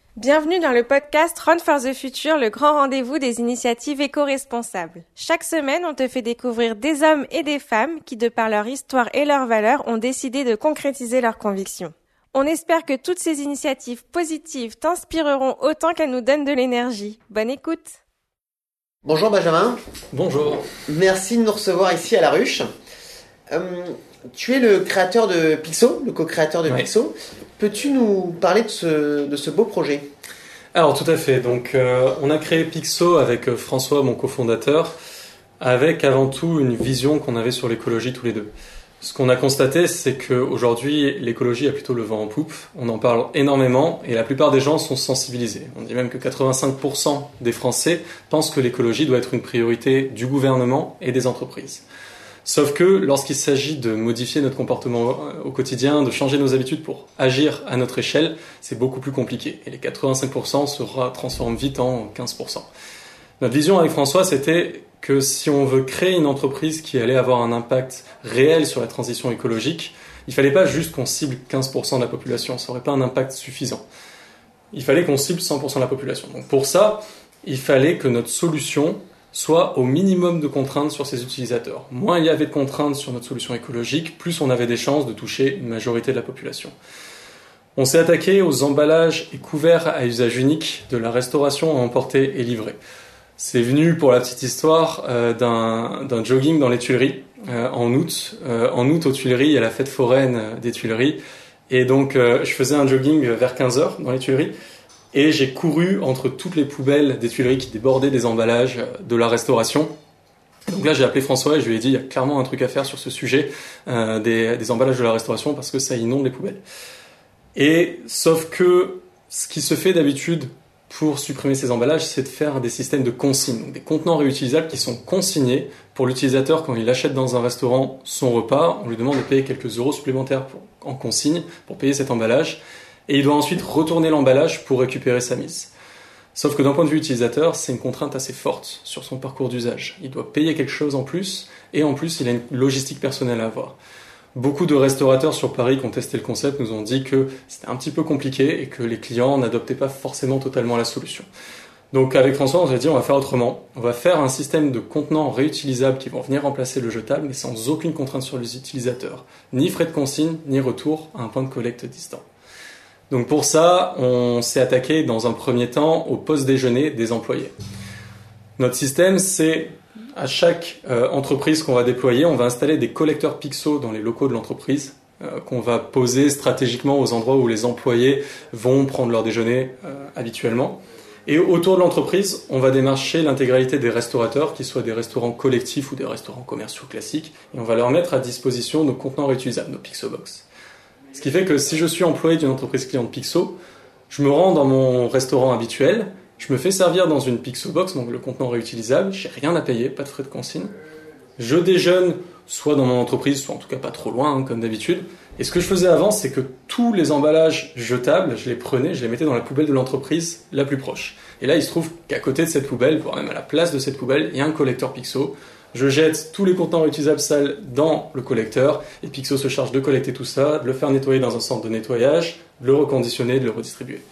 Bienvenue dans le podcast Run for the Future, le grand rendez-vous des initiatives éco-responsables. Chaque semaine, on te fait découvrir des hommes et des femmes qui, de par leur histoire et leurs valeurs, ont décidé de concrétiser leurs convictions. On espère que toutes ces initiatives positives t'inspireront autant qu'elles nous donnent de l'énergie. Bonne écoute. Bonjour Benjamin. Bonjour. Merci de nous recevoir ici à La Ruche. Tu es le créateur de Pixo, le co-créateur de Pixo. Peux-tu nous parler de ce beau projet ? Alors tout à fait. Donc on a créé Pixo avec François, mon cofondateur, avec avant tout une vision qu'on avait sur l'écologie tous les deux. Ce qu'on a constaté, c'est qu'aujourd'hui, l'écologie a plutôt le vent en poupe. On en parle énormément et la plupart des gens sont sensibilisés. On dit même que 85% des Français pensent que l'écologie doit être une priorité du gouvernement et des entreprises. Sauf que lorsqu'il s'agit de modifier notre comportement au quotidien, de changer nos habitudes pour agir à notre échelle, c'est beaucoup plus compliqué. Et les 85% se transforment vite en 15%. Notre vision avec François, c'était que si on veut créer une entreprise qui allait avoir un impact réel sur la transition écologique, il fallait pas juste qu'on cible 15% de la population, ça n'aurait pas un impact suffisant. Il fallait qu'on cible 100% de la population. Donc pour ça, il fallait que notre solution soit au minimum de contraintes sur ses utilisateurs. Moins il y avait de contraintes sur notre solution écologique, plus on avait des chances de toucher une majorité de la population. On s'est attaqué aux emballages et couverts à usage unique de la restauration à emporter et livrer. C'est venu, pour la petite histoire, d'un jogging dans les Tuileries en août. En août, aux Tuileries, il y a la fête foraine des Tuileries. Et donc, je faisais un jogging vers 15h dans les Tuileries. Et j'ai couru entre toutes les poubelles des Tuileries qui débordaient des emballages de la restauration. Donc là, j'ai appelé François et je lui ai dit, il y a clairement un truc à faire sur ce sujet des emballages de la restauration parce que ça inonde les poubelles. Et sauf que ce qui se fait d'habitude pour supprimer ces emballages, c'est de faire des systèmes de consigne, donc des contenants réutilisables qui sont consignés pour l'utilisateur quand il achète dans un restaurant son repas. On lui demande de payer quelques euros supplémentaires en consigne pour payer cet emballage. Et il doit ensuite retourner l'emballage pour récupérer sa mise. Sauf que d'un point de vue utilisateur, c'est une contrainte assez forte sur son parcours d'usage. Il doit payer quelque chose en plus, et en plus, il a une logistique personnelle à avoir. Beaucoup de restaurateurs sur Paris qui ont testé le concept nous ont dit que c'était un petit peu compliqué et que les clients n'adoptaient pas forcément totalement la solution. Donc avec François, on s'est dit on va faire autrement. On va faire un système de contenants réutilisables qui vont venir remplacer le jetable, mais sans aucune contrainte sur les utilisateurs. Ni frais de consigne, ni retour à un point de collecte distant. Donc pour ça, on s'est attaqué dans un premier temps au post-déjeuner des employés. Notre système, c'est à chaque entreprise qu'on va déployer, on va installer des collecteurs Pixo dans les locaux de l'entreprise qu'on va poser stratégiquement aux endroits où les employés vont prendre leur déjeuner habituellement. Et autour de l'entreprise, on va démarcher l'intégralité des restaurateurs, qu'ils soient des restaurants collectifs ou des restaurants commerciaux classiques, et on va leur mettre à disposition nos contenants réutilisables, nos Pixo Box. Ce qui fait que si je suis employé d'une entreprise cliente Pixo, je me rends dans mon restaurant habituel, je me fais servir dans une Pixo Box, donc le contenant réutilisable, j'ai rien à payer, pas de frais de consigne. Je déjeune soit dans mon entreprise, soit en tout cas pas trop loin, comme d'habitude. Et ce que je faisais avant, c'est que tous les emballages jetables, je les prenais, je les mettais dans la poubelle de l'entreprise la plus proche. Et là, il se trouve qu'à côté de cette poubelle, voire même à la place de cette poubelle, il y a un collecteur Pixo. Je jette tous les contenants réutilisables sales dans le collecteur et Pixo se charge de collecter tout ça, de le faire nettoyer dans un centre de nettoyage, de le reconditionner, de le redistribuer.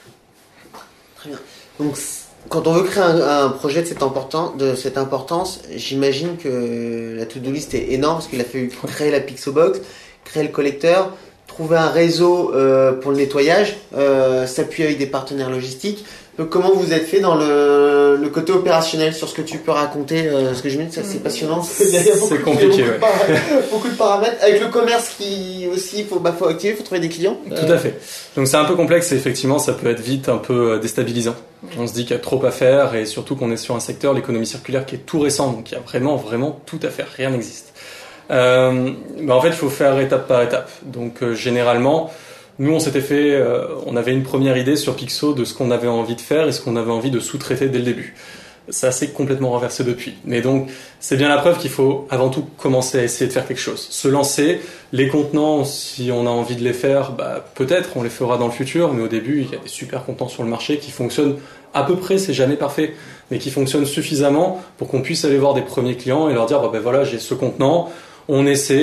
Très bien. Donc, quand on veut créer un projet de cette importance, j'imagine que la to-do list est énorme parce qu'il a fallu créer la Pixo Box, créer le collecteur, trouver un réseau pour le nettoyage, s'appuyer avec des partenaires logistiques. Donc, comment vous êtes fait dans le côté opérationnel sur ce que tu peux raconter parce que je me dis que c'est passionnant. C'est compliqué, beaucoup de paramètres. Avec le commerce qui aussi, faut activer, faut trouver des clients. Tout à fait. Donc c'est un peu complexe et effectivement ça peut être vite un peu déstabilisant. On se dit qu'il y a trop à faire et surtout qu'on est sur un secteur, l'économie circulaire, qui est tout récent. Donc il y a vraiment tout à faire. Rien n'existe. En fait, il faut faire étape par étape. Donc généralement, nous, on avait une première idée sur Pixo de ce qu'on avait envie de faire et ce qu'on avait envie de sous-traiter dès le début. Ça s'est complètement renversé depuis. Mais donc, c'est bien la preuve qu'il faut avant tout commencer à essayer de faire quelque chose. Se lancer, les contenants, si on a envie de les faire, peut-être on les fera dans le futur, mais au début, il y a des super contenants sur le marché qui fonctionnent à peu près, c'est jamais parfait, mais qui fonctionnent suffisamment pour qu'on puisse aller voir des premiers clients et leur dire, voilà, j'ai ce contenant, on essaie.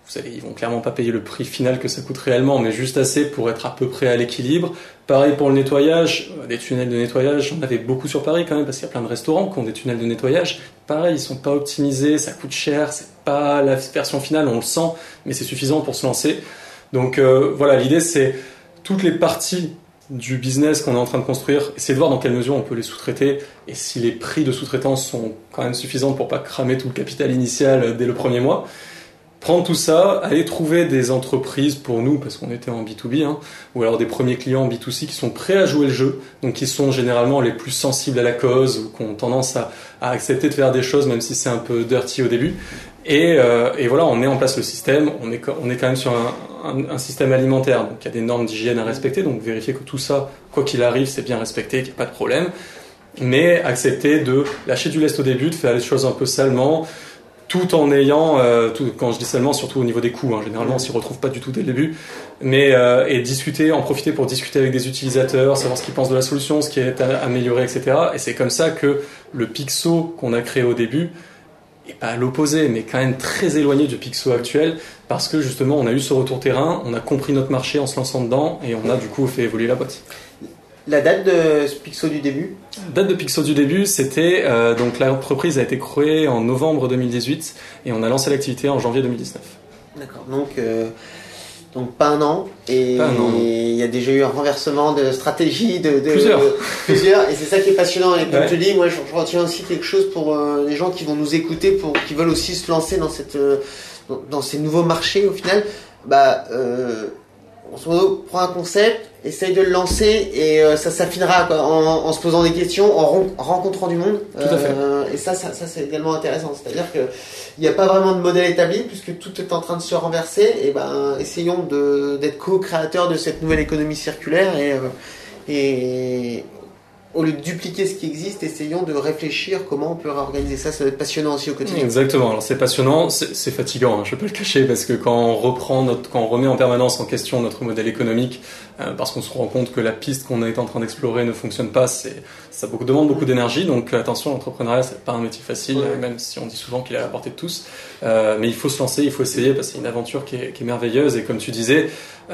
ils vont clairement pas payer le prix final que ça coûte réellement, mais juste assez pour être à peu près à l'équilibre. Pareil pour le nettoyage, des tunnels de nettoyage, j'en avais beaucoup sur Paris quand même, parce qu'il y a plein de restaurants qui ont des tunnels de nettoyage. Pareil, ils sont pas optimisés, ça coûte cher, c'est pas la version finale, on le sent, mais c'est suffisant pour se lancer. Donc voilà, l'idée c'est toutes les parties du business qu'on est en train de construire, essayer de voir dans quelle mesure on peut les sous-traiter et si les prix de sous-traitance sont quand même suffisants pour pas cramer tout le capital initial dès le premier mois. Prendre tout ça, aller trouver des entreprises pour nous, parce qu'on était en B2B, ou alors des premiers clients B2C qui sont prêts à jouer le jeu, donc qui sont généralement les plus sensibles à la cause, ou qui ont tendance à accepter de faire des choses même si c'est un peu dirty au début. Et voilà, on met en place le système, on est quand même sur un système alimentaire, donc il y a des normes d'hygiène à respecter, donc vérifier que tout ça, quoi qu'il arrive, c'est bien respecté, qu'il n'y a pas de problème, mais accepter de lâcher du lest au début, de faire les choses un peu salement, tout en ayant, quand je dis salement, surtout au niveau des coûts, généralement on s'y retrouve pas du tout dès le début, mais et discuter, en profiter pour discuter avec des utilisateurs, savoir ce qu'ils pensent de la solution, ce qui est amélioré, etc. Et c'est comme ça que le Pixo qu'on a créé au début et pas à l'opposé, mais quand même très éloigné du Pixo actuel, parce que justement on a eu ce retour terrain, on a compris notre marché en se lançant dedans, et on a du coup fait évoluer la boîte. La date de ce Pixo du début ? La date de Pixo du début, c'était donc l'entreprise a été créée en novembre 2018 et on a lancé l'activité en janvier 2019. D'accord, donc pas un an, et il y a déjà eu un renversement de stratégie de plusieurs, et c'est ça qui est passionnant. Et comme je te dis, moi je retiens aussi quelque chose pour les gens qui vont nous écouter, qui veulent aussi se lancer dans ces nouveaux marchés au final. Grosso modo, prends un concept, essaye de le lancer, et ça s'affinera en se posant des questions, en rencontrant du monde. Tout à fait. Et ça c'est également intéressant. C'est-à-dire que il n'y a pas vraiment de modèle établi, puisque tout est en train de se renverser. Et essayons d'être co-créateurs de cette nouvelle économie circulaire, et au lieu de dupliquer ce qui existe, essayons de réfléchir comment on peut réorganiser ça. Ça va être passionnant aussi au quotidien. Exactement. Alors c'est passionnant, c'est fatigant, je peux le cacher, parce que quand on remet en permanence en question notre modèle économique, parce qu'on se rend compte que la piste qu'on est en train d'explorer ne fonctionne pas, ça demande beaucoup d'énergie. Donc attention, l'entrepreneuriat c'est pas un métier facile, même si on dit souvent qu'il est à la portée de tous. Mais il faut se lancer, il faut essayer, parce que c'est une aventure qui est merveilleuse. Et comme tu disais,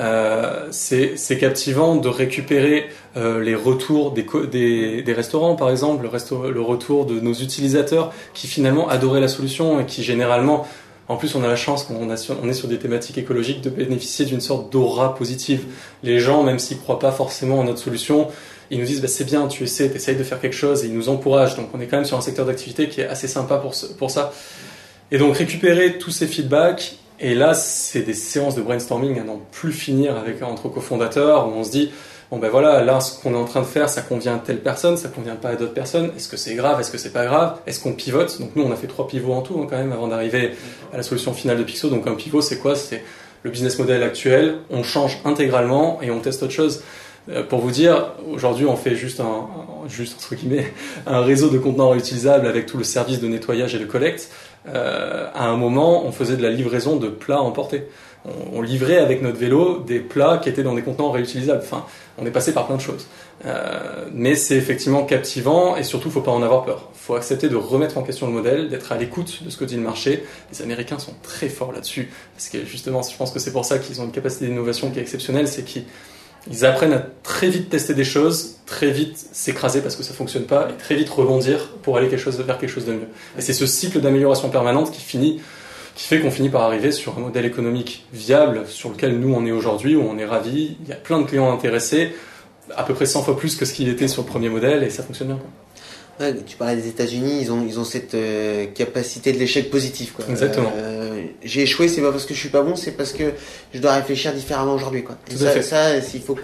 c'est captivant de récupérer les retours des restaurants, par exemple, le retour de nos utilisateurs qui finalement adoraient la solution et qui généralement, en plus on a la chance quand on est sur des thématiques écologiques de bénéficier d'une sorte d'aura positive. Les gens, même s'ils croient pas forcément en notre solution, ils nous disent c'est bien, tu essayes de faire quelque chose, et ils nous encouragent. Donc on est quand même sur un secteur d'activité qui est assez sympa pour ça. Et donc récupérer tous ces feedbacks, et là c'est des séances de brainstorming à n'en plus finir entre cofondateurs, où on se dit là ce qu'on est en train de faire, ça convient à telle personne, ça convient pas à d'autres personnes, est-ce que c'est grave, est-ce que c'est pas grave, est-ce qu'on pivote? Donc nous on a fait 3 pivots en tout quand même avant d'arriver à la solution finale de Pixo. Donc un pivot c'est quoi? C'est le business model actuel, on change intégralement et on teste autre chose. Pour vous dire, aujourd'hui on fait juste entre guillemets un réseau de contenants réutilisables avec tout le service de nettoyage et de collecte. À un moment, on faisait de la livraison de plats emportés. On livrait avec notre vélo des plats qui étaient dans des contenants réutilisables. Enfin, on est passé par plein de choses. Mais c'est effectivement captivant, et surtout, il ne faut pas en avoir peur. Il faut accepter de remettre en question le modèle, d'être à l'écoute de ce que dit le marché. Les Américains sont très forts là-dessus, parce que justement, je pense que c'est pour ça qu'ils ont une capacité d'innovation qui est exceptionnelle, c'est qu'ils apprennent à très vite tester des choses, très vite s'écraser parce que ça fonctionne pas, et très vite rebondir pour aller vers quelque chose de mieux. Et c'est ce cycle d'amélioration permanente qui fait qu'on finit par arriver sur un modèle économique viable sur lequel nous on est aujourd'hui, où on est ravis. Il y a plein de clients intéressés, à peu près 100 fois plus que ce qu'il était sur le premier modèle, et ça fonctionne bien. Ouais, tu parlais des États-Unis, ils ont cette capacité de l'échec positif, quoi. Exactement. J'ai échoué, c'est pas parce que je suis pas bon, c'est parce que je dois réfléchir différemment aujourd'hui, quoi. Et il faut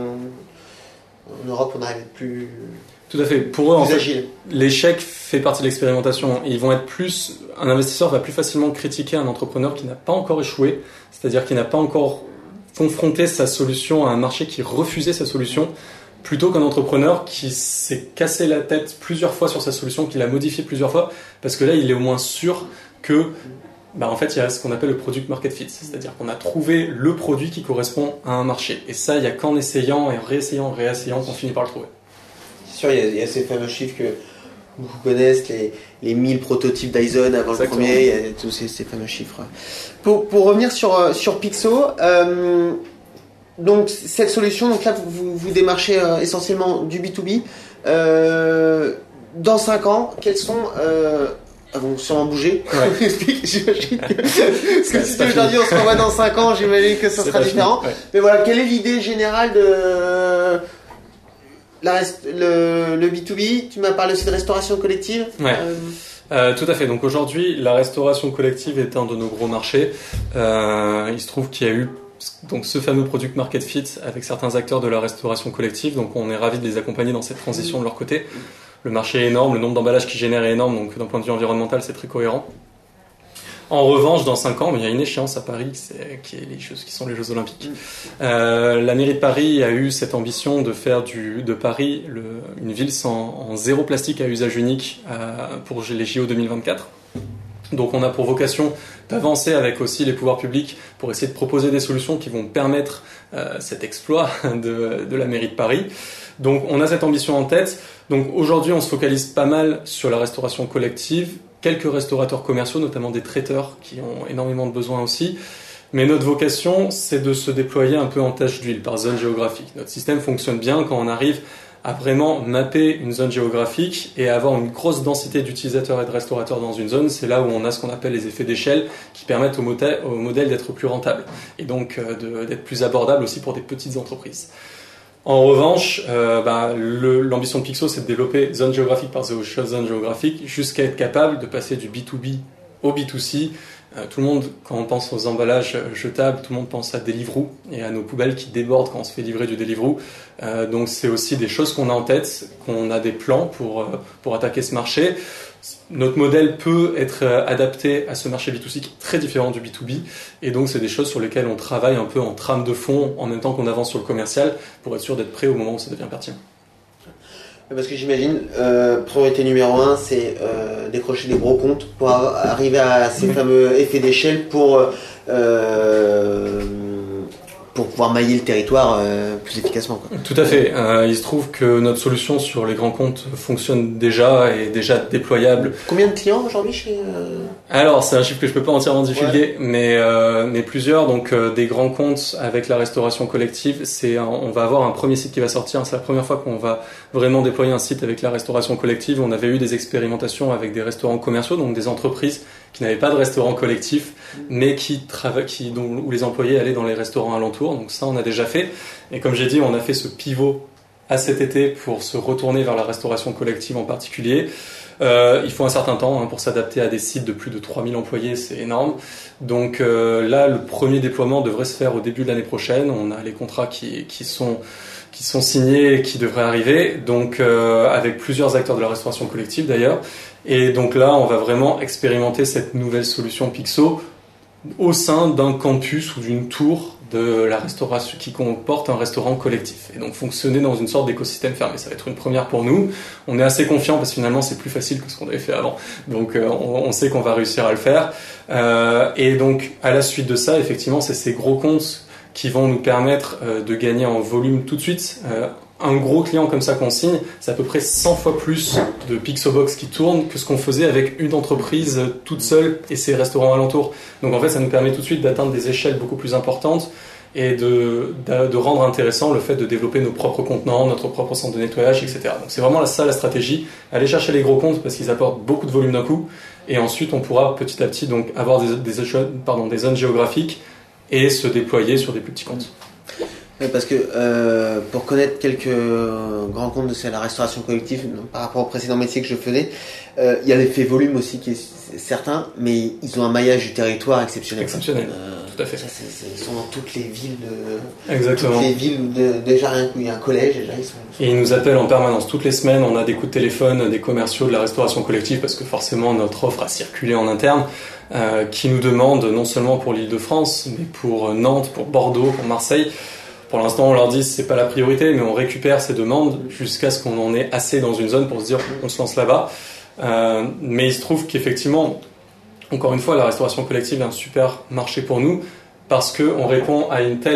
en Europe on arrive plus. Tout à fait. Pour eux, en fait, l'échec fait partie de l'expérimentation. Un investisseur va plus facilement critiquer un entrepreneur qui n'a pas encore échoué, c'est-à-dire qui n'a pas encore confronté sa solution à un marché qui refusait sa solution, plutôt qu'un entrepreneur qui s'est cassé la tête plusieurs fois sur sa solution, qui l'a modifiée plusieurs fois, parce que là, il est au moins sûr que, en fait, il y a ce qu'on appelle le product market fit, c'est-à-dire qu'on a trouvé le produit qui correspond à un marché. Et ça, il n'y a qu'en essayant et en réessayant qu'on finit par le trouver. C'est sûr, il y a ces fameux chiffres que beaucoup connaissent les 1000 prototypes Dyson avant Exactement. le premier, il y a tous ces fameux chiffres. Pour revenir sur Pixo, donc cette solution, donc là vous démarchez essentiellement du B2B. Dans 5 ans, quels sont vont sûrement bouger. Ouais. J'imagine que parce que si aujourd'hui on se revoit dans 5 ans, j'imagine que ça sera différent. Ouais. Mais voilà, quelle est l'idée générale de le B2B? Tu m'as parlé aussi de restauration collective. Ouais. Tout à fait. Donc aujourd'hui, la restauration collective est un de nos gros marchés. Il se trouve qu'il y a eu donc ce fameux product market fit avec certains acteurs de la restauration collective. Donc on est ravis de les accompagner dans cette transition de leur côté. Le marché est énorme, le nombre d'emballages qu'ils génèrent est énorme, donc d'un point de vue environnemental, c'est très cohérent. En revanche, dans 5 ans, il y a une échéance à Paris, qui sont les Jeux Olympiques. La mairie de Paris a eu cette ambition de faire de Paris une ville en zéro plastique à usage unique pour les JO 2024. Donc on a pour vocation d'avancer avec aussi les pouvoirs publics pour essayer de proposer des solutions qui vont permettre cet exploit de la mairie de Paris. Donc on a cette ambition en tête. Donc aujourd'hui on se focalise pas mal sur la restauration collective, quelques restaurateurs commerciaux, notamment des traiteurs qui ont énormément de besoins aussi. Mais notre vocation c'est de se déployer un peu en tache d'huile par zone géographique. Notre système fonctionne bien quand on arrive à vraiment mapper une zone géographique et avoir une grosse densité d'utilisateurs et de restaurateurs dans une zone. C'est là où on a ce qu'on appelle les effets d'échelle qui permettent au modèle d'être plus rentable et donc d'être plus abordable aussi pour des petites entreprises. En revanche, l'ambition de Pixo, c'est de développer zone géographique par zone géographique jusqu'à être capable de passer du B2B au B2C. Tout le monde, quand on pense aux emballages jetables, tout le monde pense à Deliveroo et à nos poubelles qui débordent quand on se fait livrer du Deliveroo. Donc c'est aussi des choses qu'on a en tête, qu'on a des plans pour attaquer ce marché. Notre modèle peut être adapté à ce marché B2C qui est très différent du B2B. Et donc c'est des choses sur lesquelles on travaille un peu en trame de fond en même temps qu'on avance sur le commercial pour être sûr d'être prêt au moment où ça devient pertinent. Parce que j'imagine, priorité numéro 1, c'est décrocher des gros comptes pour arriver à ces fameux effets d'échelle pour pouvoir mailler le territoire plus efficacement, quoi. Tout à fait. Il se trouve que notre solution sur les grands comptes fonctionne déjà et est déjà déployable. Combien de clients aujourd'hui chez Alors, c'est un chiffre que je peux pas entièrement divulguer, mais plusieurs. Donc, des grands comptes avec la restauration collective, on va avoir un premier site qui va sortir. C'est la première fois qu'on va vraiment déployer un site avec la restauration collective. On avait eu des expérimentations avec des restaurants commerciaux, donc des entreprises qui n'avaient pas de restaurant collectif, mais où les employés allaient dans les restaurants alentours. Donc ça, on a déjà fait. Et comme j'ai dit, on a fait ce pivot à cet été pour se retourner vers la restauration collective en particulier. Il faut un certain temps pour s'adapter à des sites de plus de 3000 employés, c'est énorme. Donc là, le premier déploiement devrait se faire au début de l'année prochaine. On a les contrats qui sont signés et qui devraient arriver, donc avec plusieurs acteurs de la restauration collective d'ailleurs. Et donc là, on va vraiment expérimenter cette nouvelle solution Pixo au sein d'un campus ou d'une tour de la restauration qui comporte un restaurant collectif. Et donc fonctionner dans une sorte d'écosystème fermé. Ça va être une première pour nous. On est assez confiants parce que finalement c'est plus facile que ce qu'on avait fait avant. Donc on sait qu'on va réussir à le faire. Et donc à la suite de ça, effectivement, c'est ces gros comptes qui vont nous permettre de gagner en volume tout de suite. Un gros client comme ça qu'on signe, c'est à peu près 100 fois plus de Pixobox qui tournent que ce qu'on faisait avec une entreprise toute seule et ses restaurants alentours. Donc en fait, ça nous permet tout de suite d'atteindre des échelles beaucoup plus importantes et de rendre intéressant le fait de développer nos propres contenants, notre propre centre de nettoyage, etc. Donc c'est vraiment ça la stratégie, aller chercher les gros comptes parce qu'ils apportent beaucoup de volume d'un coup et ensuite on pourra petit à petit donc avoir des zones géographiques et se déployer sur des plus petits comptes. Oui, parce que pour connaître quelques grands comptes de la restauration collective, par rapport au précédent métier que je faisais, il y a l'effet volume aussi qui est certain, mais ils ont un maillage du territoire exceptionnel. Exceptionnel, tout à fait. Ça, ils sont dans toutes les villes. Exactement. Toutes les villes où déjà rien qu'il y a un collège, déjà ils sont. Et ils nous appellent en permanence. Toutes les semaines, on a des coups de téléphone des commerciaux de la restauration collective parce que forcément notre offre a circulé en interne, qui nous demandent non seulement pour l'Île-de-France, mais pour Nantes, pour Bordeaux, pour Marseille. Pour l'instant, on leur dit c'est pas la priorité, mais on récupère ces demandes jusqu'à ce qu'on en ait assez dans une zone pour se dire on se lance là-bas. Mais il se trouve qu'effectivement, encore une fois, la restauration collective est un super marché pour nous parce qu'on répond à une telle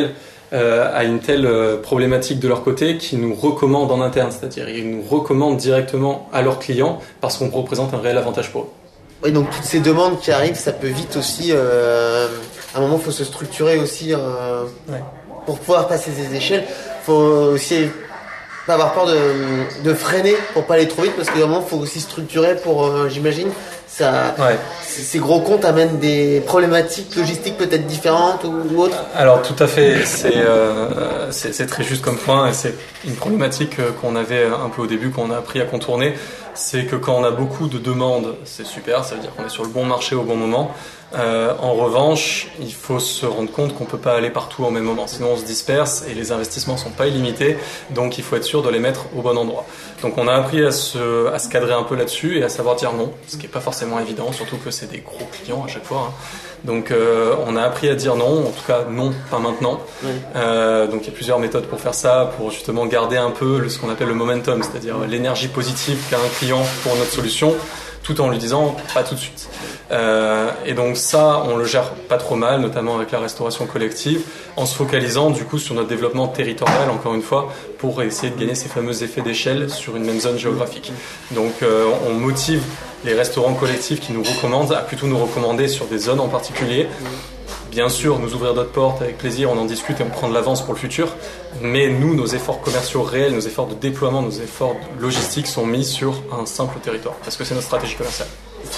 a une telle problématique de leur côté qu'ils nous recommandent en interne, c'est-à-dire ils nous recommandent directement à leurs clients parce qu'on représente un réel avantage pour eux. Oui, donc toutes ces demandes qui arrivent, ça peut vite aussi... à un moment, il faut se structurer aussi pour pouvoir passer ces échelles. Il faut aussi pas avoir peur de freiner pour pas aller trop vite, parce qu'à un moment, il faut aussi structurer pour, j'imagine, ça, ces gros comptes amènent des problématiques logistiques peut-être différentes ou autres. Alors tout à fait, c'est très juste comme point, et c'est une problématique qu'on avait un peu au début, qu'on a appris à contourner. C'est que quand on a beaucoup de demandes, c'est super, ça veut dire qu'on est sur le bon marché au bon moment. En revanche, il faut se rendre compte qu'on peut pas aller partout au même moment, sinon on se disperse et les investissements sont pas illimités, donc il faut être sûr de les mettre au bon endroit. Donc on a appris à se cadrer un peu là-dessus et à savoir dire non, ce qui est pas forcément évident, surtout que c'est des gros clients à chaque fois. Donc on a appris à dire non, en tout cas non, pas maintenant. Donc il y a plusieurs méthodes pour faire ça, pour justement garder un peu ce qu'on appelle le momentum, c'est-à-dire l'énergie positive qu'a un client pour notre solution, tout en lui disant pas tout de suite. Et donc ça, on le gère pas trop mal, notamment avec la restauration collective, en se focalisant du coup sur notre développement territorial, encore une fois, pour essayer de gagner ces fameux effets d'échelle sur une même zone géographique. Donc on motive les restaurants collectifs qui nous recommandent à plutôt nous recommander sur des zones en particulier. Bien sûr, nous ouvrir d'autres portes avec plaisir, on en discute et on prend de l'avance pour le futur. Mais nous, nos efforts commerciaux réels, nos efforts de déploiement, nos efforts logistiques sont mis sur un simple territoire, parce que c'est notre stratégie commerciale.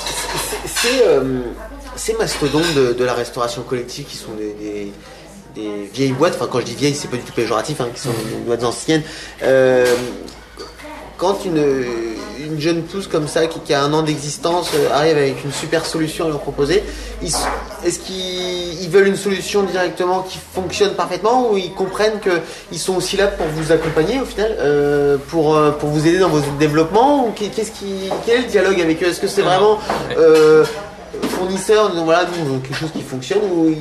Ces mastodontes de la restauration collective qui sont des vieilles boîtes, enfin quand je dis vieilles, c'est pas du tout péjoratif, qui sont des boîtes anciennes. Quand une jeune pousse comme ça qui a 1 an d'existence arrive avec une super solution à leur proposer, est-ce qu'ils veulent une solution directement qui fonctionne parfaitement, ou ils comprennent qu'ils sont aussi là pour vous accompagner au final, pour vous aider dans vos développements, ou quel est le dialogue avec eux? Est-ce que c'est vraiment fournisseur, voilà, quelque chose qui fonctionne, ou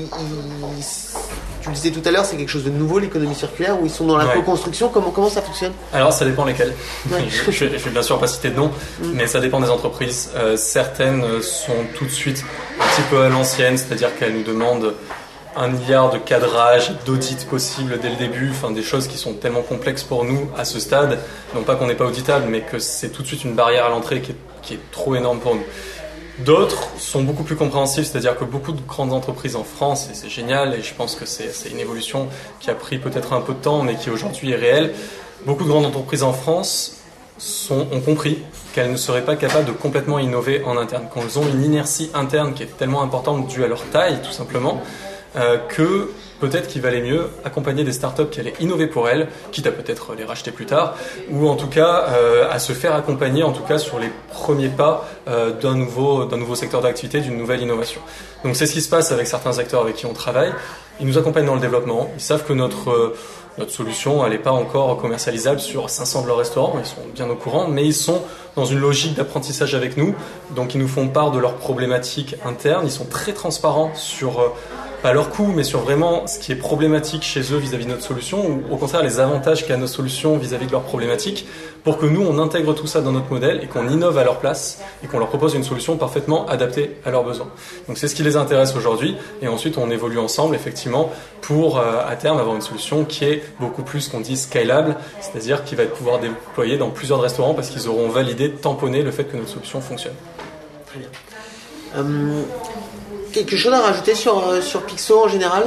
tu le disais tout à l'heure, c'est quelque chose de nouveau, l'économie circulaire, où ils sont dans la co-construction? Comment ça fonctionne? Alors ça dépend lesquelles. Je vais bien sûr pas citer de nom, mais ça dépend des entreprises. Certaines sont tout de suite un petit peu à l'ancienne, c'est-à-dire qu'elles nous demandent 1 milliard de cadrage, d'audits possibles dès le début, des choses qui sont tellement complexes pour nous à ce stade, non pas qu'on n'est pas auditable, mais que c'est tout de suite une barrière à l'entrée qui est trop énorme pour nous. D'autres sont beaucoup plus compréhensifs, c'est-à-dire que beaucoup de grandes entreprises en France, et c'est génial, et je pense que c'est une évolution qui a pris peut-être un peu de temps, mais qui aujourd'hui est réelle. Beaucoup de grandes entreprises en France ont compris qu'elles ne seraient pas capables de complètement innover en interne, qu'elles ont une inertie interne qui est tellement importante due à leur taille, tout simplement, que peut-être qu'il valait mieux accompagner des startups qui allaient innover pour elles, quitte à peut-être les racheter plus tard, ou en tout cas à se faire accompagner en tout cas sur les premiers pas d'un nouveau secteur d'activité, d'une nouvelle innovation. Donc c'est ce qui se passe avec certains acteurs avec qui on travaille. Ils nous accompagnent dans le développement, ils savent que notre solution, elle n'est pas encore commercialisable sur 500 de leurs restaurants, ils sont bien au courant, mais ils sont dans une logique d'apprentissage avec nous, donc ils nous font part de leurs problématiques internes, ils sont très transparents sur pas leur coût, mais sur vraiment ce qui est problématique chez eux vis-à-vis de notre solution, ou au contraire les avantages qu'a notre solution vis-à-vis de leurs problématiques, pour que nous on intègre tout ça dans notre modèle et qu'on innove à leur place et qu'on leur propose une solution parfaitement adaptée à leurs besoins. Donc c'est ce qui les intéresse aujourd'hui, et ensuite on évolue ensemble effectivement pour à terme avoir une solution qui est beaucoup plus qu'on dit scalable, c'est-à-dire qui va pouvoir déployer dans plusieurs restaurants parce qu'ils auront validé, tamponné le fait que notre solution fonctionne. Très bien. Quelque chose à rajouter sur Pixo en général?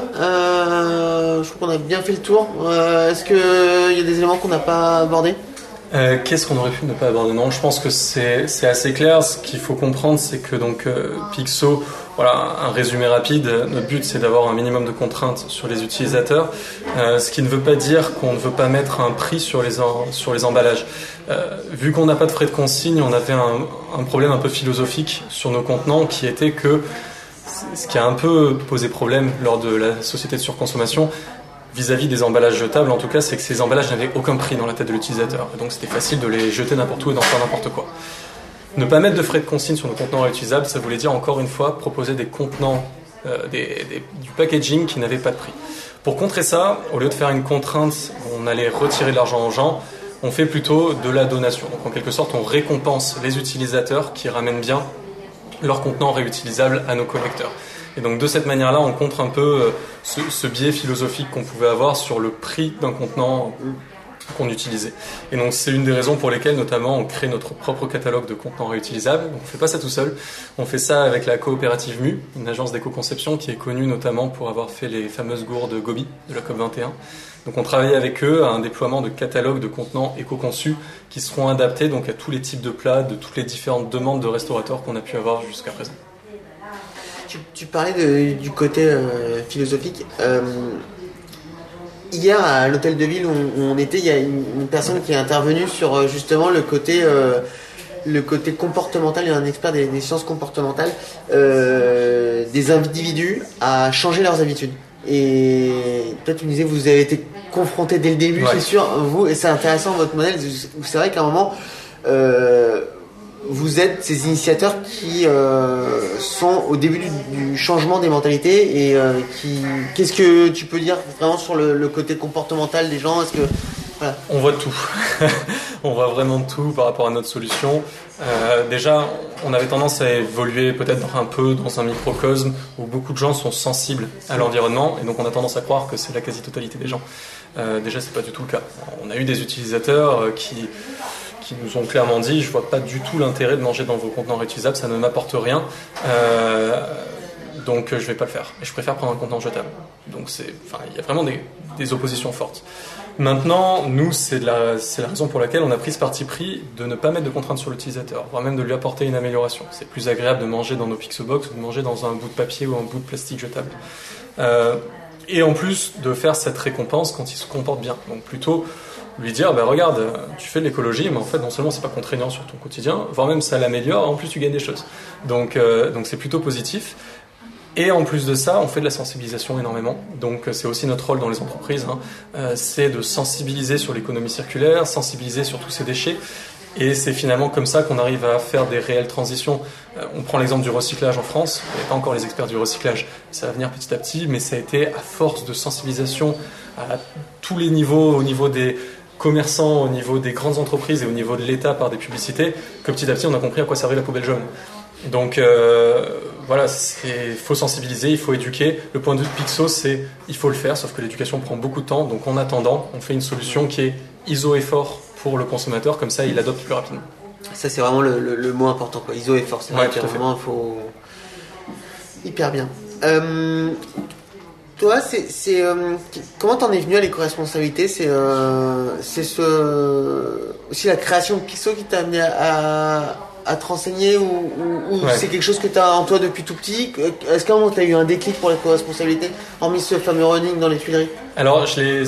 Je trouve qu'on a bien fait le tour. Est-ce qu'il y a des éléments qu'on n'a pas abordés? Qu'est-ce qu'on aurait pu ne pas aborder? Non, je pense que c'est assez clair. Ce qu'il faut comprendre, c'est que donc Pixo, voilà, un résumé rapide. Notre but, c'est d'avoir un minimum de contraintes sur les utilisateurs, ce qui ne veut pas dire qu'on ne veut pas mettre un prix sur les emballages. Vu qu'on n'a pas de frais de consigne, on avait un problème un peu philosophique sur nos contenants, qui était que ce qui a un peu posé problème lors de la société de surconsommation vis-à-vis des emballages jetables, en tout cas, c'est que ces emballages n'avaient aucun prix dans la tête de l'utilisateur. Et donc c'était facile de les jeter n'importe où et d'en faire n'importe quoi. Ne pas mettre de frais de consigne sur nos contenants réutilisables, ça voulait dire encore une fois proposer des contenants, du packaging qui n'avait pas de prix. Pour contrer ça, au lieu de faire une contrainte où on allait retirer de l'argent aux gens, on fait plutôt de la donation. Donc en quelque sorte, on récompense les utilisateurs qui ramènent bien leurs contenants réutilisables à nos collecteurs. Et donc de cette manière-là, on contre un peu ce biais philosophique qu'on pouvait avoir sur le prix d'un contenant qu'on utilisait. Et donc c'est une des raisons pour lesquelles notamment on crée notre propre catalogue de contenants réutilisables. On ne fait pas ça tout seul, on fait ça avec la coopérative MU, une agence d'éco-conception qui est connue notamment pour avoir fait les fameuses gourdes Gobi de la COP21. Donc on travaille avec eux à un déploiement de catalogues de contenants éco-conçus qui seront adaptés donc à tous les types de plats, de toutes les différentes demandes de restaurateurs qu'on a pu avoir jusqu'à présent. Tu parlais du côté philosophique. Hier, à l'hôtel de ville où on était, il y a une personne qui est intervenue sur justement le côté comportemental, il y a un expert des sciences comportementales, des individus à changer leurs habitudes. Et toi, tu me disais que vous avez été confronté dès le début, c'est sûr, vous, et c'est intéressant votre modèle. C'est vrai qu'à un moment, vous êtes ces initiateurs qui sont au début du changement des mentalités et qu'est-ce que tu peux dire vraiment sur le côté comportemental des gens? Est-ce que voilà. On voit tout. On voit vraiment tout par rapport à notre solution. Déjà, on avait tendance à évoluer peut-être un peu dans un microcosme où beaucoup de gens sont sensibles à l'environnement et donc on a tendance à croire que c'est la quasi-totalité des gens. Déjà, c'est pas du tout le cas. On a eu des utilisateurs qui nous ont clairement dit « je vois pas du tout l'intérêt de manger dans vos contenants réutilisables, ça ne m'apporte rien, donc je vais pas le faire. Et je préfère prendre un contenant jetable. » Donc il y a vraiment des oppositions fortes. Maintenant, nous, c'est la raison pour laquelle on a pris ce parti pris de ne pas mettre de contraintes sur l'utilisateur, voire même de lui apporter une amélioration. C'est plus agréable de manger dans nos Pixobox ou de manger dans un bout de papier ou un bout de plastique jetable. Et en plus de faire cette récompense quand il se comporte bien. Donc plutôt lui dire, regarde, tu fais de l'écologie, mais en fait, non seulement c'est pas contraignant sur ton quotidien, voire même ça l'améliore, en plus tu gagnes des choses. Donc c'est plutôt positif. Et en plus de ça, on fait de la sensibilisation énormément. Donc c'est aussi notre rôle dans les entreprises, c'est de sensibiliser sur l'économie circulaire, sensibiliser sur tous ces déchets. Et c'est finalement comme ça qu'on arrive à faire des réelles transitions. On prend l'exemple du recyclage en France. Il n'y a pas encore les experts du recyclage. Ça va venir petit à petit, mais ça a été à force de sensibilisation à tous les niveaux, au niveau des commerçants, au niveau des grandes entreprises et au niveau de l'État par des publicités, que petit à petit on a compris à quoi servait la poubelle jaune. Donc voilà, il faut sensibiliser, il faut éduquer. Le point de vue de Pixo, c'est il faut le faire, sauf que l'éducation prend beaucoup de temps. Donc en attendant, on fait une solution qui est ISO effort pour le consommateur, comme ça il adopte plus rapidement. Ça c'est vraiment le mot important, quoi. ISO effort, c'est vrai que vraiment il faut hyper bien. Toi, comment t'en es venu à l'éco-responsabilité? C'est aussi la création de Pixo qui t'a amené à te renseigner ou c'est quelque chose que tu as en toi depuis tout petit? Est-ce qu'à un moment tu as eu un déclic pour l'éco-responsabilité, hormis ce fameux running dans les Tuileries? Alors je l'ai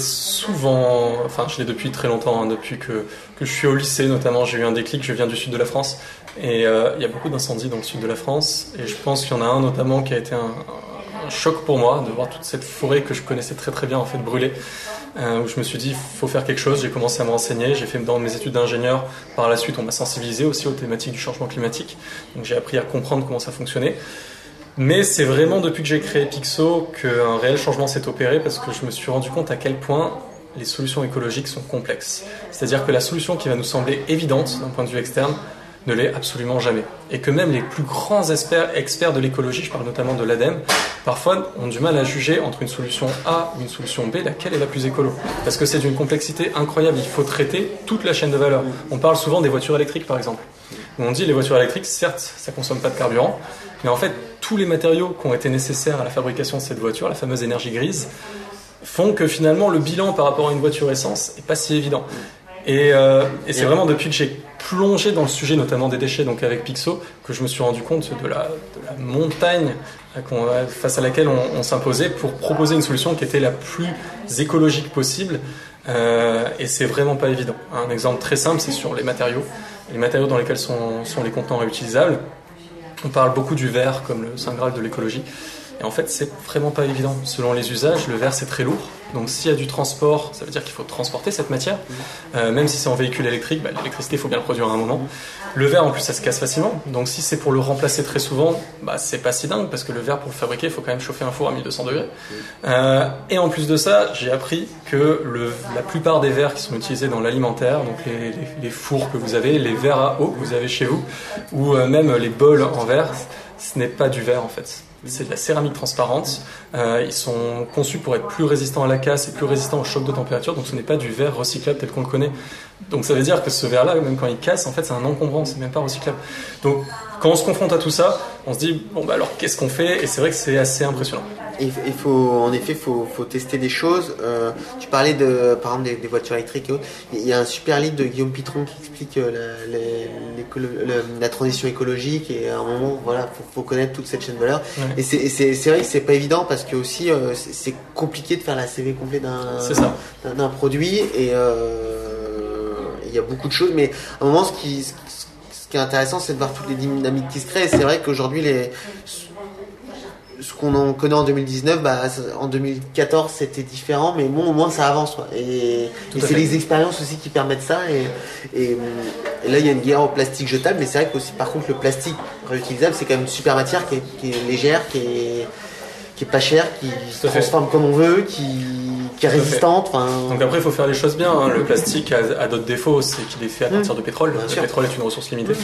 depuis très longtemps, depuis que je suis au lycée notamment, j'ai eu un déclic. Je viens du sud de la France et il y a beaucoup d'incendies dans le sud de la France et je pense qu'il y en a un notamment qui a été un choc pour moi de voir toute cette forêt que je connaissais très très bien en fait brûler. Où je me suis dit il faut faire quelque chose. J'ai commencé à me renseigner, j'ai fait dans mes études d'ingénieur. Par la suite on m'a sensibilisé aussi aux thématiques du changement climatique, donc j'ai appris à comprendre comment ça fonctionnait. Mais c'est vraiment depuis que j'ai créé Pixo qu'un réel changement s'est opéré, parce que je me suis rendu compte à quel point les solutions écologiques sont complexes. C'est-à-dire que la solution qui va nous sembler évidente d'un point de vue externe ne l'est absolument jamais. Et que même les plus grands experts de l'écologie, je parle notamment de l'ADEME, parfois ont du mal à juger entre une solution A ou une solution B, laquelle est la plus écolo. Parce que c'est d'une complexité incroyable, il faut traiter toute la chaîne de valeur. On parle souvent des voitures électriques par exemple. On dit les voitures électriques, certes, ça ne consomme pas de carburant, mais en fait, tous les matériaux qui ont été nécessaires à la fabrication de cette voiture, la fameuse énergie grise, font que finalement le bilan par rapport à une voiture essence n'est pas si évident. Et c'est vraiment depuis que j'ai plongé dans le sujet, notamment des déchets, donc avec Pixo, que je me suis rendu compte de la montagne face à laquelle on s'imposait pour proposer une solution qui était la plus écologique possible. Et c'est vraiment pas évident. Un exemple très simple, c'est sur les matériaux dans lesquels sont les contenants réutilisables. On parle beaucoup du verre comme le saint graal de l'écologie. Et en fait, c'est vraiment pas évident. Selon les usages, le verre c'est très lourd. Donc s'il y a du transport, ça veut dire qu'il faut transporter cette matière. Même si c'est en véhicule électrique, l'électricité, il faut bien le produire à un moment. Le verre, en plus, ça se casse facilement. Donc si c'est pour le remplacer très souvent, c'est pas si dingue, parce que le verre, pour le fabriquer, il faut quand même chauffer un four à 1200 degrés. Et en plus de ça, j'ai appris que la plupart des verres qui sont utilisés dans l'alimentaire, donc les fours que vous avez, les verres à eau que vous avez chez vous, ou même les bols en verre, ce n'est pas du verre en fait. C'est de la céramique transparente. Ils sont conçus pour être plus résistants à la casse et plus résistants au choc de température. Donc ce n'est pas du verre recyclable tel qu'on le connaît. Donc ça veut dire que ce verre-là, même quand il casse, en fait, c'est un encombrant, c'est même pas recyclable. Donc quand on se confronte à tout ça, on se dit bon bah alors qu'est-ce qu'on fait? Et c'est vrai que c'est assez impressionnant. Il faut tester des choses. Tu parlais par exemple des voitures électriques et autres. Il y a un super livre de Guillaume Pitron qui explique la transition écologique, et à un moment, voilà, faut connaître toute cette chaîne de valeur. Ouais. Et c'est vrai que c'est pas évident, parce que aussi c'est compliqué de faire la CV complète d'un produit, et il y a beaucoup de choses. Mais à un moment, ce qui est intéressant, c'est de voir toutes les dynamiques qui se créent. Et c'est vrai qu'aujourd'hui, ce qu'on connaît en 2019, en 2014 c'était différent, mais bon, au moins ça avance, quoi. Et c'est les expériences aussi qui permettent ça, et là il y a une guerre au plastique jetable, mais c'est vrai que aussi, par contre, le plastique réutilisable, c'est quand même une super matière qui est légère, qui est pas chère, qui se transforme comme on veut, qui est résistante. Donc après, il faut faire les choses bien, hein. Le plastique a d'autres défauts, c'est qu'il est fait à partir de pétrole. Le pétrole est une ressource limitée.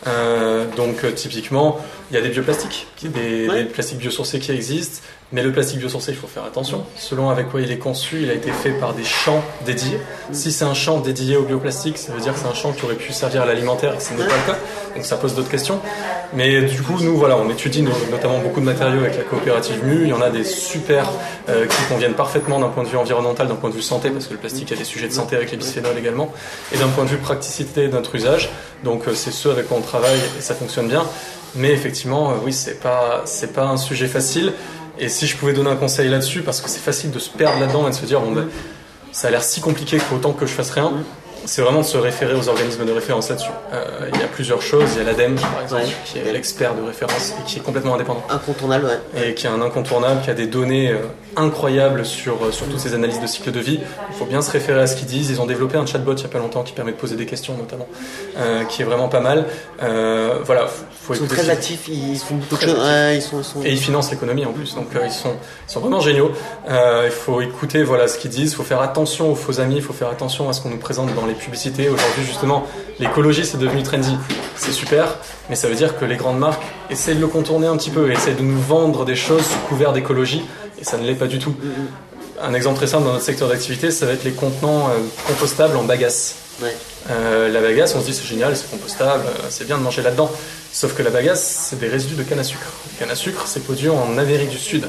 Donc typiquement, il y a des bioplastiques, des plastiques biosourcés qui existent, mais le plastique biosourcé, il faut faire attention. Selon avec quoi il est conçu, il a été fait par des champs dédiés. Si c'est un champ dédié au bioplastique, ça veut dire que c'est un champ qui aurait pu servir à l'alimentaire, et que ce n'est pas le cas. Donc ça pose d'autres questions. Mais du coup, nous, voilà, on étudie notamment beaucoup de matériaux avec la coopérative MU. Il y en a des super qui conviennent parfaitement d'un point de vue environnemental, d'un point de vue santé, parce que le plastique a des sujets de santé avec les bisphénols également, et d'un point de vue praticité de notre usage. Donc c'est ceux avec quoi on travaille, et ça fonctionne bien. Mais effectivement, oui, c'est pas un sujet facile. Et si je pouvais donner un conseil là-dessus, parce que c'est facile de se perdre là-dedans et de se dire bon, ça a l'air si compliqué qu'autant que je fasse rien, c'est vraiment de se référer aux organismes de référence là-dessus. Il y a plusieurs choses. Il y a l'ADEME, par exemple, qui est l'expert de référence et qui est complètement indépendant. Incontournable, ouais. Et qui est un incontournable, qui a des données incroyables sur toutes ces analyses de cycle de vie. Il faut bien se référer à ce qu'ils disent. Ils ont développé un chatbot il n'y a pas longtemps qui permet de poser des questions, notamment, qui est vraiment pas mal. Voilà, ils sont très actifs, ils font beaucoup de choses. Et ils financent l'économie en plus, donc ils sont vraiment géniaux. Il faut écouter ce qu'ils disent. Il faut faire attention aux faux amis. Il faut faire attention à ce qu'on nous présente dans les publicités. Aujourd'hui, justement, l'écologie, c'est devenu trendy. C'est super, mais ça veut dire que les grandes marques essaient de le contourner un petit peu, essaient de nous vendre des choses sous couvert d'écologie, et ça ne l'est pas du tout. Un exemple très simple dans notre secteur d'activité, ça va être les contenants compostables en bagasse. Ouais. La bagasse, on se dit c'est génial, c'est compostable, c'est bien de manger là-dedans. Sauf que la bagasse, c'est des résidus de canne à sucre. Le canne à sucre, c'est produit en Amérique du Sud.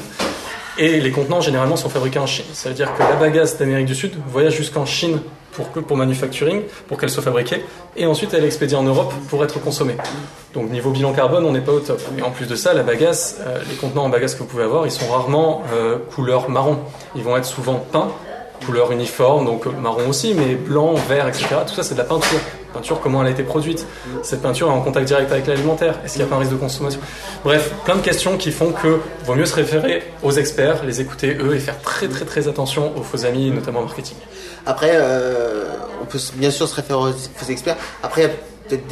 Et les contenants, généralement, sont fabriqués en Chine. Ça veut dire que la bagasse d'Amérique du Sud voyage jusqu'en Chine pour manufacturing, pour qu'elle soit fabriquée, et ensuite elle est expédiée en Europe pour être consommée. Donc niveau bilan carbone, on n'est pas au top. Et en plus de ça, la bagasse, les contenants en bagasse que vous pouvez avoir, ils sont rarement couleur marron. Ils vont être souvent peints, couleur uniforme, donc marron aussi, mais blanc, vert, etc. Tout ça, c'est de la peinture. Peinture, comment elle a été produite. Cette peinture est en contact direct avec l'alimentaire. Est-ce qu'il n'y a pas un risque de consommation? Bref, plein de questions qui font que vaut mieux se référer aux experts, les écouter eux, et faire très très très attention aux faux amis, notamment en marketing. Après, on peut bien sûr se référer aux experts. Après, il y a peut-être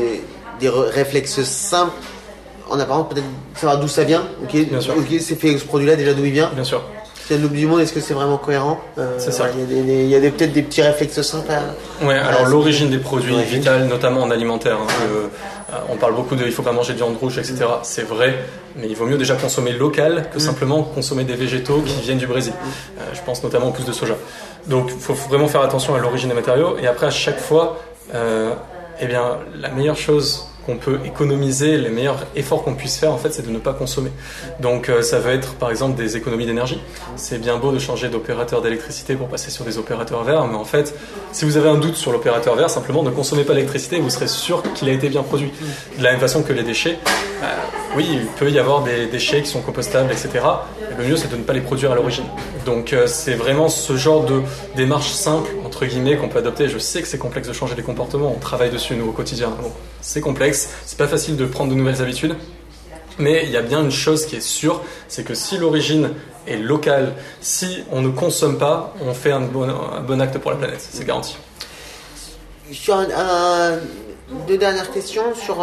des réflexes simples. En apparence, peut-être savoir d'où ça vient. Ok, c'est fait ce produit-là, déjà d'où il vient. Bien sûr. C'est le bout du monde, est-ce que c'est vraiment cohérent? C'est ça. Il y a peut-être des petits réflexes simples. Ouais, alors l'origine des produits est vitale, notamment en alimentaire. On parle beaucoup de il faut pas manger de viande rouge, etc. C'est vrai, mais il vaut mieux déjà consommer local que simplement consommer des végétaux qui viennent du Brésil. Je pense notamment aux pousses de soja. Donc il faut vraiment faire attention à l'origine des matériaux, et après à chaque fois, la meilleure chose qu'on peut économiser, les meilleurs efforts qu'on puisse faire, en fait, c'est de ne pas consommer. Donc ça va être par exemple des économies d'énergie. C'est bien beau de changer d'opérateur d'électricité pour passer sur des opérateurs verts, mais en fait, si vous avez un doute sur l'opérateur vert, simplement ne consommez pas l'électricité, vous serez sûr qu'il a été bien produit. De la même façon que les déchets, oui, il peut y avoir des déchets qui sont compostables, etc. Mais le mieux, c'est de ne pas les produire à l'origine. Donc c'est vraiment ce genre de démarche simple, entre guillemets, qu'on peut adopter. Je sais que c'est complexe de changer les comportements, on travaille dessus nous au quotidien. Donc, c'est complexe, c'est pas facile de prendre de nouvelles habitudes, mais il y a bien une chose qui est sûre, c'est que si l'origine est locale, si on ne consomme pas, on fait un bon acte pour la planète, c'est garanti. Sur deux dernières questions sur...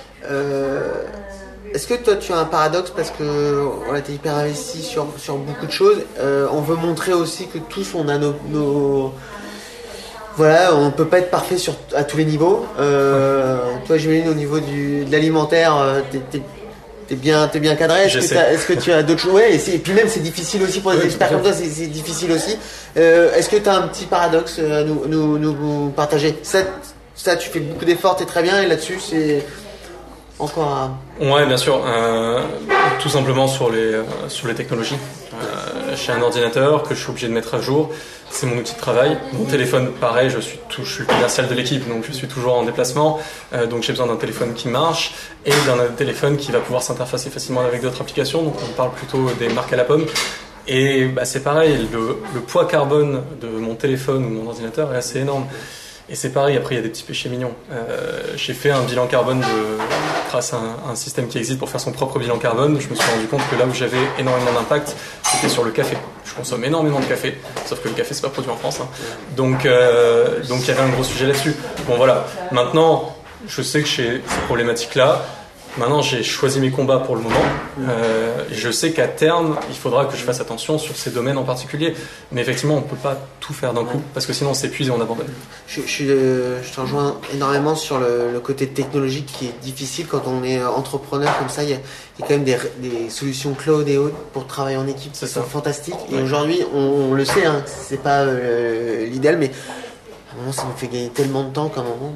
est-ce que toi tu as un paradoxe parce que tu es hyper investi sur beaucoup de choses, on veut montrer aussi que tous on a nos voilà, on peut pas être parfait à tous les niveaux. Toi j'imagine au niveau de l'alimentaire, T'es bien cadré. Est-ce que tu as d'autres choses? Ouais, et puis même c'est difficile aussi pour des experts comme toi, c'est difficile aussi. Est-ce que tu as un petit paradoxe à nous partager? Ça, tu fais beaucoup d'efforts, t'es très bien, et là-dessus, c'est encore. Ouais, bien sûr. Tout simplement sur les technologies. J'ai un ordinateur que je suis obligé de mettre à jour. C'est mon outil de travail. Mon téléphone, pareil, je suis le commercial de l'équipe, donc je suis toujours en déplacement. Donc j'ai besoin d'un téléphone qui marche et d'un téléphone qui va pouvoir s'interfacer facilement avec d'autres applications. Donc on parle plutôt des marques à la pomme. Et c'est pareil, le poids carbone de mon téléphone ou mon ordinateur est assez énorme. Et c'est pareil, après il y a des petits péchés mignons. J'ai fait un bilan carbone grâce à un système qui existe pour faire son propre bilan carbone. Je me suis rendu compte que là où j'avais énormément d'impact, c'était sur le café. Je consomme énormément de café, sauf que le café c'est pas produit en France. Donc il y avait un gros sujet là-dessus. Bon voilà, maintenant je sais que j'ai ces problématiques-là. Maintenant, j'ai choisi mes combats pour le moment. Je sais qu'à terme, il faudra que je fasse attention sur ces domaines en particulier. Mais effectivement, on ne peut pas tout faire d'un coup, parce que sinon on s'épuise et on abandonne. Je te rejoins énormément sur le côté technologique qui est difficile quand on est entrepreneur comme ça. Il y a quand même des solutions cloud et autres pour travailler en équipe qui sont fantastiques. Et aujourd'hui, on le sait, c'est pas l'idéal, mais à un moment, ça nous fait gagner tellement de temps qu'à un moment,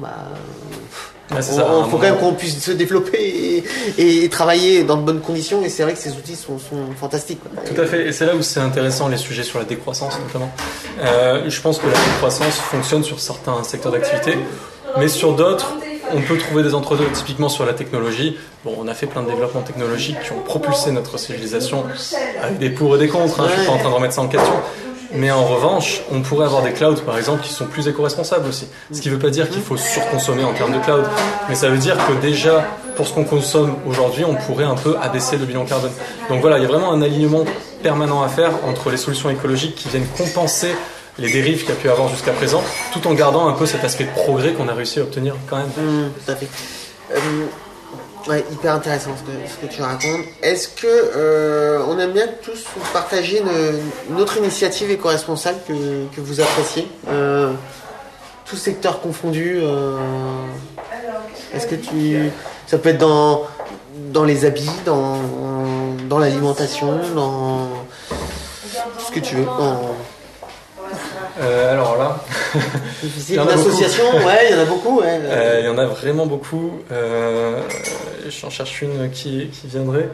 il faut quand même qu'on puisse se développer et travailler dans de bonnes conditions, et c'est vrai que ces outils sont fantastiques. Tout à fait, et c'est là où c'est intéressant les sujets sur la décroissance notamment. Je pense que la décroissance fonctionne sur certains secteurs d'activité, mais sur d'autres, on peut trouver des entre-deux. Typiquement sur la technologie, on a fait plein de développements technologiques qui ont propulsé notre civilisation avec des pour et des contre, je suis pas en train de remettre ça en question. Mais en revanche, on pourrait avoir des clouds, par exemple, qui sont plus éco-responsables aussi. Ce qui ne veut pas dire qu'il faut surconsommer en termes de cloud, mais ça veut dire que déjà, pour ce qu'on consomme aujourd'hui, on pourrait un peu abaisser le bilan carbone. Donc voilà, il y a vraiment un alignement permanent à faire entre les solutions écologiques qui viennent compenser les dérives qu'il y a pu avoir jusqu'à présent, tout en gardant un peu cet aspect de progrès qu'on a réussi à obtenir quand même. Tout à fait. Ouais, hyper intéressant ce que tu racontes. Est-ce que on aime bien tous partager une autre initiative éco-responsable que vous appréciez, tous secteurs confondus? Est-ce que ça peut être dans les habits, dans l'alimentation, dans tout ce que tu veux. Alors là, il y en a association, il y en a beaucoup. Il y en a vraiment beaucoup. J'en cherche une qui viendrait.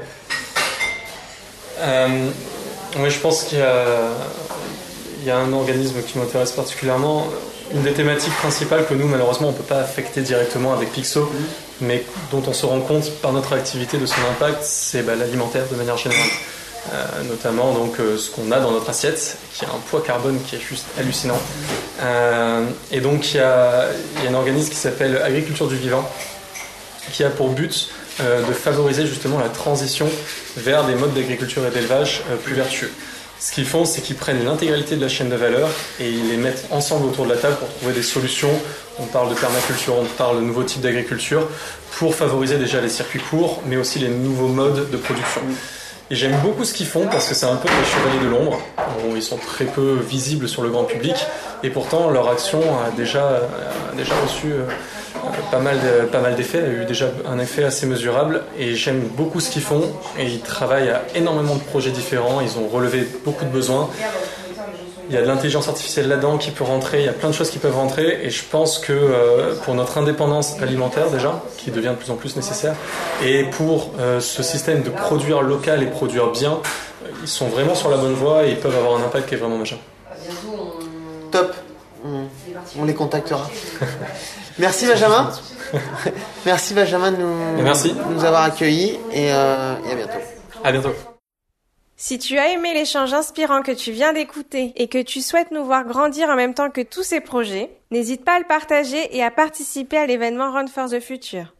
Oui, je pense qu'il y a un organisme qui m'intéresse particulièrement. Une des thématiques principales que nous, malheureusement, on ne peut pas affecter directement avec Pixo, mais dont on se rend compte par notre activité de son impact, c'est l'alimentaire de manière générale. Notamment ce qu'on a dans notre assiette, qui a un poids carbone qui est juste hallucinant. Et donc il y a un organisme qui s'appelle Agriculture du Vivant, qui a pour but de favoriser justement la transition vers des modes d'agriculture et d'élevage plus vertueux. Ce qu'ils font, c'est qu'ils prennent l'intégralité de la chaîne de valeur et ils les mettent ensemble autour de la table pour trouver des solutions. On parle de permaculture, on parle de nouveaux types d'agriculture, pour favoriser déjà les circuits courts, mais aussi les nouveaux modes de production. Et j'aime beaucoup ce qu'ils font parce que c'est un peu des chevaliers de l'ombre. Ils sont très peu visibles sur le grand public et pourtant leur action a déjà reçu pas mal d'effets, a eu déjà un effet assez mesurable, et j'aime beaucoup ce qu'ils font, et ils travaillent à énormément de projets différents, ils ont relevé beaucoup de besoins. Il y a de l'intelligence artificielle là-dedans qui peut rentrer, il y a plein de choses qui peuvent rentrer, et je pense que pour notre indépendance alimentaire déjà, qui devient de plus en plus nécessaire, et pour ce système de produire local et produire bien, ils sont vraiment sur la bonne voie et ils peuvent avoir un impact qui est vraiment majeur. Top, on les contactera. Merci Benjamin. Merci Benjamin de nous avoir accueillis, et à bientôt. À bientôt. Si tu as aimé l'échange inspirant que tu viens d'écouter et que tu souhaites nous voir grandir en même temps que tous ces projets, n'hésite pas à le partager et à participer à l'événement Run for the Future.